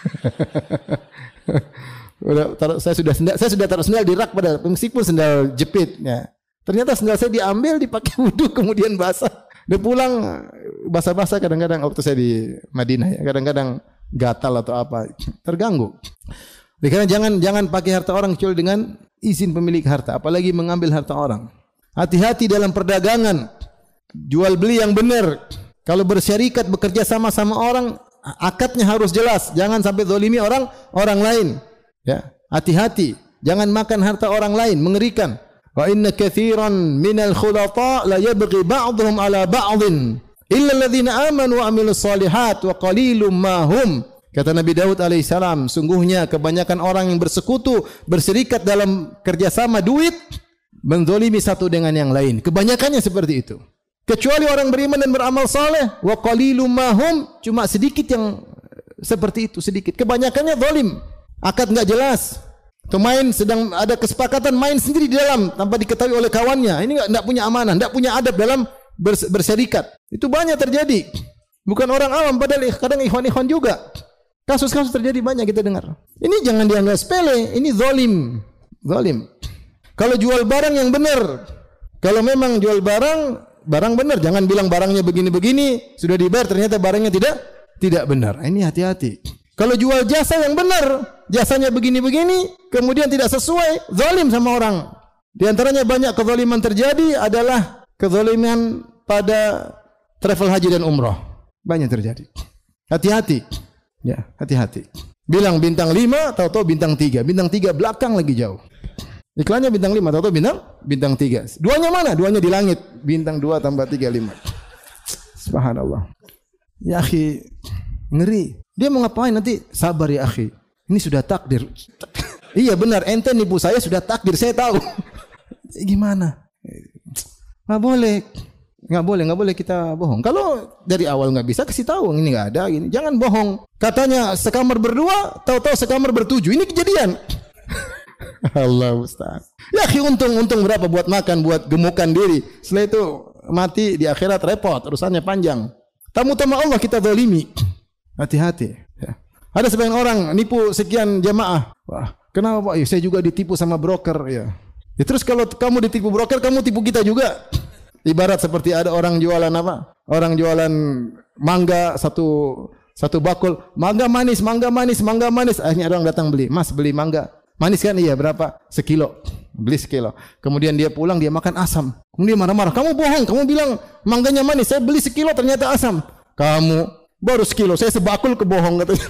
Saya sudah taruh sendal di rak pada meskipun sendal jepit. Ya. Ternyata sendal saya diambil, dipakai wudu, kemudian basah. Dia pulang basah-basah kadang-kadang waktu saya di Madinah ya, kadang-kadang gatal atau apa, terganggu. Karena jangan pakai harta orang kecuali dengan izin pemilik harta, apalagi mengambil harta orang. Hati-hati dalam perdagangan, jual beli yang benar. Kalau bersyarikat bekerja sama orang, akadnya harus jelas, jangan sampai zalimi orang lain. Ya, hati-hati, jangan makan harta orang lain, mengerikan. Wa inna katsiran minal khulata la yabghi ba'dhum ala ba'dhin illa alladhina amanu wa amilus solihat wa qalilum ma hum. Kata Nabi Daud alaihissalam, sungguhnya kebanyakan orang yang bersekutu, berserikat dalam kerjasama duit, menzalimi satu dengan yang lain. Kebanyakannya seperti itu. Kecuali orang beriman dan beramal saleh, wa qalilum ma hum, cuma sedikit yang seperti itu, sedikit. Kebanyakannya zalim. Akad enggak jelas. Main sedang ada kesepakatan main sendiri di dalam tanpa diketahui oleh kawannya. Ini enggak punya amanah, enggak punya adab dalam bersyarikat. Itu banyak terjadi. Bukan orang awam, padahal kadang ikhwan-ikhwan juga. Kasus-kasus terjadi banyak kita dengar. Ini jangan dianggap sepele, ini zalim. Zalim. Kalau jual barang yang benar. Kalau memang jual barang benar, jangan bilang barangnya begini-begini, sudah dibayar ternyata barangnya tidak benar. Ini hati-hati. Kalau jual jasa yang benar, jasanya begini-begini, kemudian tidak sesuai, zalim sama orang. Di antaranya banyak kezaliman terjadi adalah kezaliman pada travel haji dan umrah. Banyak terjadi. Hati-hati. Ya, hati-hati. Bilang bintang 5, tahu-tahu bintang 3. Bintang 3 belakang lagi jauh. Iklannya bintang 5, tahu-tahu bintang 3. Duanya mana? Duanya di langit. Bintang 2 tambah 3, 5. Subhanallah. Ya akhi, ngeri. Dia mau ngapain nanti? Sabar ya akhi. Ini sudah takdir. Iya benar, ente nipu saya sudah takdir, saya tahu. Gimana? Nggak boleh kita bohong. Kalau dari awal nggak bisa, kasih tahu ini nggak ada. Gini, jangan bohong. Katanya sekamar berdua, tahu-tahu sekamar bertujuh. Ini kejadian. Allah Ustaz. Ya akhi, untung berapa buat makan, buat gemukan diri. Setelah itu mati di akhirat repot, urusannya panjang. Tamu-tamu Allah kita zalimi. Hati-hati. Ya. Ada sebagian orang nipu sekian jamaah. Wah, kenapa Pak? Ya, saya juga ditipu sama broker. Ya. Terus kalau kamu ditipu broker, kamu tipu kita juga. Ibarat seperti ada orang jualan apa? Orang jualan mangga satu bakul, mangga manis. Akhirnya orang datang beli. Mas, beli mangga. Manis kan? Iya, berapa? Sekilo. Beli sekilo. Kemudian dia pulang, dia makan asam. Kemudian marah-marah. Kamu bohong. Kamu bilang mangganya manis. Saya beli sekilo, ternyata asam. Kamu baru sekilo, saya sebakul kebohong katanya.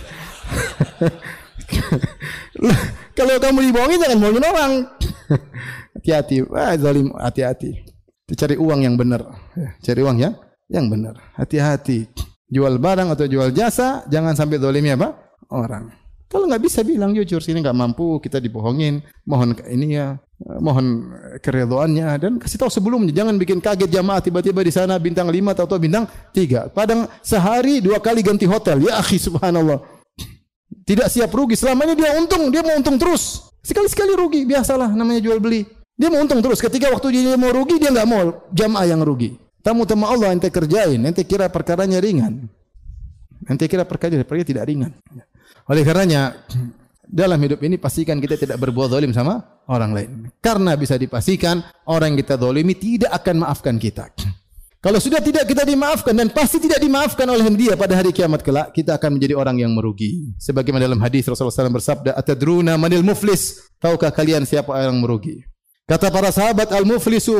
Kalau kamu dibohongin jangan bohongin orang. Hati-hati, zalim, hati-hati. Cari uang yang benar. Cari uang yang benar. Hati-hati. Jual barang atau jual jasa, jangan sampai zalimi apa? Orang. Kalau nggak bisa bilang jujur, sini nggak mampu, kita dibohongin. Mohon ini ya, mohon keridhaannya dan kasih tahu sebelumnya. Jangan bikin kaget jamaah tiba-tiba di sana bintang 5 atau bintang 3. Padang sehari 2 kali ganti hotel. Ya akhi, subhanallah. Tidak siap rugi. Selama ini dia untung, dia mau untung terus. Sekali-sekali rugi, biasalah namanya jual beli. Dia mau untung terus. Ketika waktu dia mau rugi, dia nggak mau jamaah yang rugi. Tamu-tamu Allah ente kerjain, ente kira perkaranya ringan. Ente kira perkara tidak ringan. Oleh karenanya dalam hidup ini pastikan kita tidak berbuat zalim sama orang lain. Karena bisa dipastikan orang yang kita zalimi tidak akan maafkan kita. Kalau sudah tidak kita dimaafkan dan pasti tidak dimaafkan oleh dia pada hari kiamat kelak, kita akan menjadi orang yang merugi. Sebagaimana dalam hadis Rasulullah SAW bersabda, "Atadruna manil muflis?" Tahukah kalian siapa orang merugi? Kata para sahabat, "Al-muflisu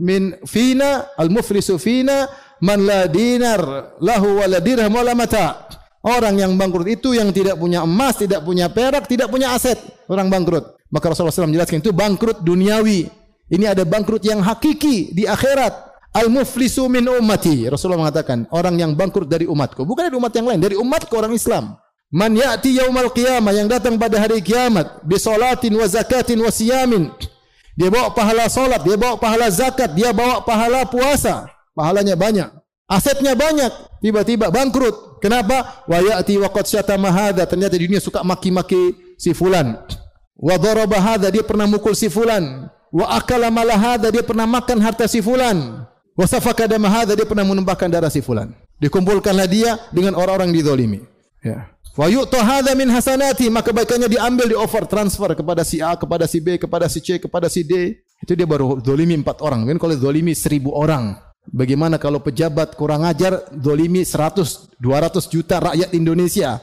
fina man la dinar lahu wa la dirham wa la mata." Orang yang bangkrut itu yang tidak punya emas, tidak punya perak, tidak punya aset. Orang bangkrut. Maka Rasulullah SAW menjelaskan itu bangkrut duniawi. Ini ada bangkrut yang hakiki di akhirat. Al-muflisu min ummati. Rasulullah mengatakan, orang yang bangkrut dari umatku. Bukan dari umat yang lain, dari umatku orang Islam. Man ya'ti yaumal qiyamah, yang datang pada hari kiamat. Bisolatin wa zakatin wa siyamin. Dia bawa pahala solat, dia bawa pahala zakat, dia bawa pahala puasa. Pahalanya banyak. Asetnya banyak. Tiba-tiba bangkrut. Kenapa? Wa ya'ti wa qad syatama hadza. Ternyata di dunia suka maki-maki si fulan. Wa daraba hadza, dia pernah mukul si fulan. Wa akala mala hadza, dia pernah makan harta si fulan. Wa safaka dama hadza, dia pernah menumpahkan darah si fulan. Dikumpulkanlah dia dengan orang-orang dizalimi. Ya. Wa yu'ta hadza min hasanati, maka kebaikannya diambil, di offer, transfer kepada si A, kepada si B, kepada si C, kepada si D. Itu dia baru zalimi 4 orang. Mungkin kalau zalimi 1000 orang. Bagaimana kalau pejabat kurang ajar zalimi 100, 200 juta rakyat Indonesia?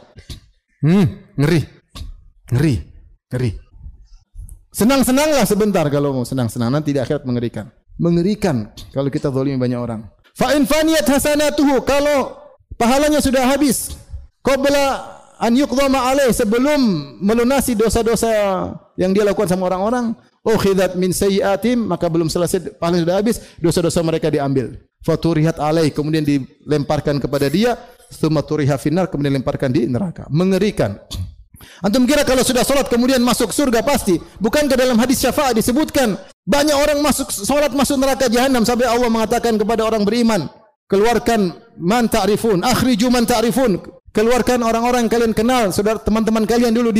Ngeri. Ngeri. Ngeri. Senang-senanglah sebentar kalau mau senang-senang, nanti di akhirat mengerikan. Mengerikan kalau kita zalimi banyak orang. Fa in faniyat hasanatuhu, kalau pahalanya sudah habis, qabla an yuqdama alaih, sebelum melunasi dosa-dosa yang dia lakukan sama orang-orang, ukhidat min sayyiatim, maka belum selesai pahala sudah habis, dosa-dosa mereka diambil. Faturihat alaih, kemudian dilemparkan kepada dia, tsumma turiha finnar, kemudian dilemparkan di neraka. Mengerikan. Antum kira kalau sudah salat kemudian masuk surga pasti? Bukankah dalam hadis syafaat disebutkan banyak orang masuk salat masuk neraka jahanam sampai Allah mengatakan kepada orang beriman, keluarkan man ta'rifun, akhriju man ta'rifun, keluarkan orang-orang yang kalian kenal, saudara teman-teman kalian dulu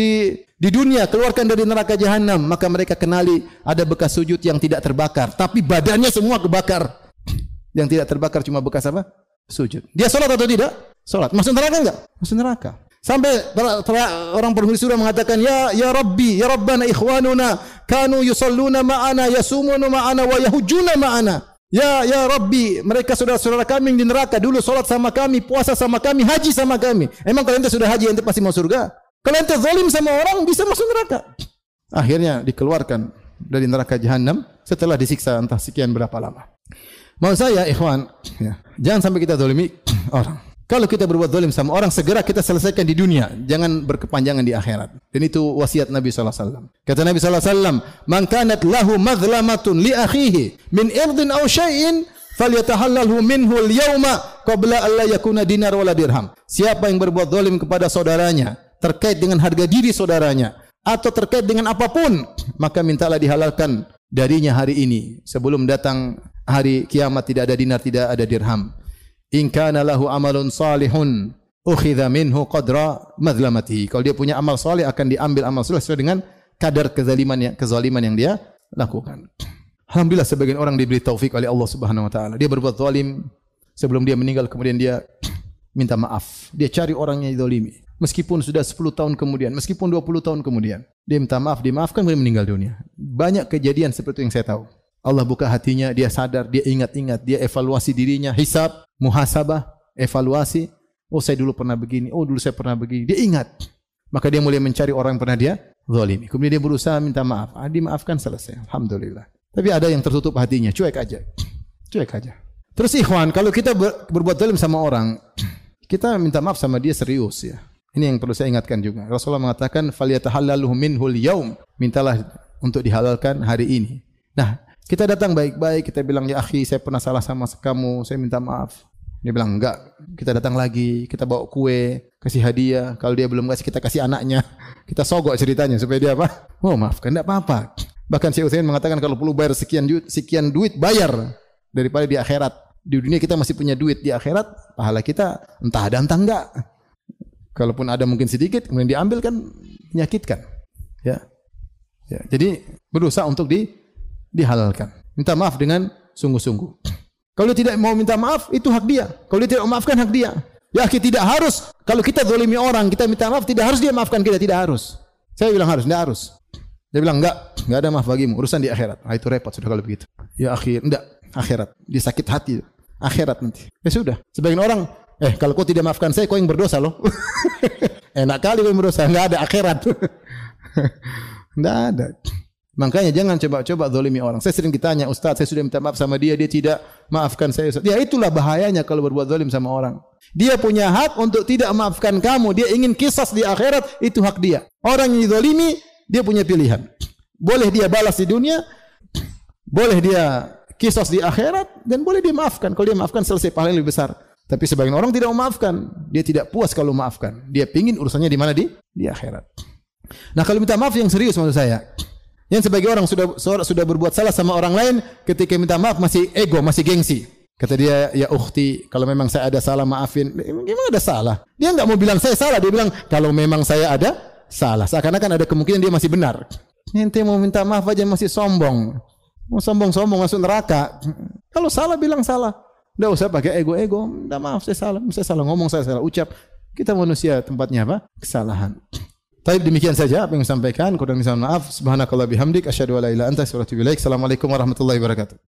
di dunia, keluarkan dari neraka jahanam. Maka mereka kenali ada bekas sujud yang tidak terbakar, tapi badannya semua kebakar. Yang tidak terbakar cuma bekas apa? Sujud. Dia salat atau tidak? Salat. Masuk neraka enggak? Masuk neraka. Sampai orang penghuni surga mengatakan, ya Rabbi, ya Rabbana ikhwanuna kanu yusalluna ma'ana, yasumuna ma'ana wa yahujjuna ma'ana. Ya Rabbi, mereka saudara-saudara kami di neraka dulu salat sama kami, puasa sama kami, haji sama kami. Emang kalau ente sudah haji ente pasti masuk surga? Kalau ente zalim sama orang bisa masuk neraka. Akhirnya dikeluarkan dari neraka jahanam setelah disiksa entah sekian berapa lama. Mau saya ikhwan, ya, jangan sampai kita zalimi orang. Kalau kita berbuat zalim sama orang, segera kita selesaikan di dunia, jangan berkepanjangan di akhirat. Dan itu wasiat Nabi sallallahu alaihi wasallam. Kata Nabi sallallahu alaihi wasallam, "Man kanat lahu madhlamatun li akhihi min irdin aw syai'in falyatahallalhu minhu al-yawma qabla an la yakuna dinar wala dirham." Siapa yang berbuat zalim kepada saudaranya terkait dengan harga diri saudaranya atau terkait dengan apapun, maka mintalah dihalalkan darinya hari ini sebelum datang hari kiamat, tidak ada dinar, tidak ada dirham. In kana lahu amalun salihun ukhidha minhu qadra madlamatihi. Kalau dia punya amal saleh akan diambil amal saleh sesuai dengan kadar kezaliman yang dia lakukan. Alhamdulillah sebagian orang diberi taufik oleh Allah Subhanahu wa taala. Dia berbuat zalim sebelum dia meninggal, kemudian dia minta maaf. Dia cari orang yang dizalimi. Meskipun sudah 10 tahun kemudian, meskipun 20 tahun kemudian, dia minta maaf, dimaafkan, kemudian meninggal dunia. Banyak kejadian seperti yang saya tahu. Allah buka hatinya, dia sadar, dia ingat-ingat, dia evaluasi dirinya, hisab, muhasabah, evaluasi. Oh, saya dulu pernah begini. Oh, dulu saya pernah begini. Dia ingat. Maka dia mulai mencari orang yang pernah dia zalimi. Kemudian dia berusaha minta maaf. Dimaafkan, selesai. Alhamdulillah. Tapi ada yang tertutup hatinya, cuek aja. Cuek aja. Terus ikhwan, kalau kita berbuat zalim sama orang, kita minta maaf sama dia serius ya. Ini yang perlu saya ingatkan juga. Rasulullah mengatakan, "Falyatahallaluhu minhul yaum." Mintalah untuk dihalalkan hari ini. Nah, kita datang baik-baik, kita bilang, "Ya akhi, saya pernah salah sama kamu, saya minta maaf." Dia bilang, "Enggak." Kita datang lagi, kita bawa kue, kasih hadiah. Kalau dia belum kasih, kita kasih anaknya. Kita sogok ceritanya supaya dia apa? Oh, maafkan, enggak apa-apa. Bahkan Syekh Utsaimin mengatakan kalau perlu bayar sekian duit bayar daripada di akhirat. Di dunia kita masih punya duit, di akhirat pahala kita entah ada entah enggak. Kalaupun ada mungkin sedikit, kemudian diambil kan menyakitkan. Ya. Jadi berusaha untuk dihalalkan. Minta maaf dengan sungguh-sungguh. Kalau tidak mau minta maaf, itu hak dia. Kalau dia tidak memaafkan, hak dia. Ya, kita tidak harus. Kalau kita zalimi orang, kita minta maaf, tidak harus dia maafkan kita. Tidak harus. Saya bilang harus, enggak harus. Dia bilang enggak ada maaf bagimu, urusan di akhirat. Ah, itu repot sudah kalau begitu. Ya enggak, akhirat. Dia sakit hati. Akhirat nanti. Ya sudah. Sebagian orang, kalau kau tidak maafkan saya, kau yang berdosa loh. Enak kali kau yang berdosa, enggak ada akhirat. Enggak ada. Makanya jangan coba-coba zalimi orang. Saya sering ditanya, Ustaz, saya sudah minta maaf sama dia tidak maafkan saya, Ustaz. Ya itulah bahayanya kalau berbuat zalim sama orang. Dia punya hak untuk tidak maafkan kamu. Dia ingin qisas di akhirat, itu hak dia. Orang yang dizalimi, dia punya pilihan. Boleh dia balas di dunia, boleh dia qisas di akhirat, dan boleh dia maafkan. Kalau dia maafkan, selesai, pahala yang lebih besar. Tapi sebagian orang tidak memaafkan. Dia tidak puas kalau maafkan. Dia pingin urusannya di mana? Di akhirat. Nah, kalau minta maaf yang serius maksud saya. Yang sebagai orang sudah berbuat salah sama orang lain, ketika minta maaf masih ego, masih gengsi. Kata dia, ya ukhti, kalau memang saya ada salah maafin. Gimana ada salah? Dia enggak mau bilang saya salah, dia bilang kalau memang saya ada salah. Seakan-akan ada kemungkinan dia masih benar. Ente mau minta maaf aja masih sombong. Mau sombong-sombong masuk neraka. Kalau salah bilang salah. Enggak usah pakai ego-ego. Minta maaf saya salah ngomong, saya salah ucap. Kita manusia tempatnya apa? Kesalahan. Baik, demikian saja apa yang saya sampaikan. Kurang minta maaf. Subhanakallah bihamdik asyhadu an la ilaha illa anta astaghfiruka wa atubu ilaik. Assalamualaikum warahmatullahi wabarakatuh.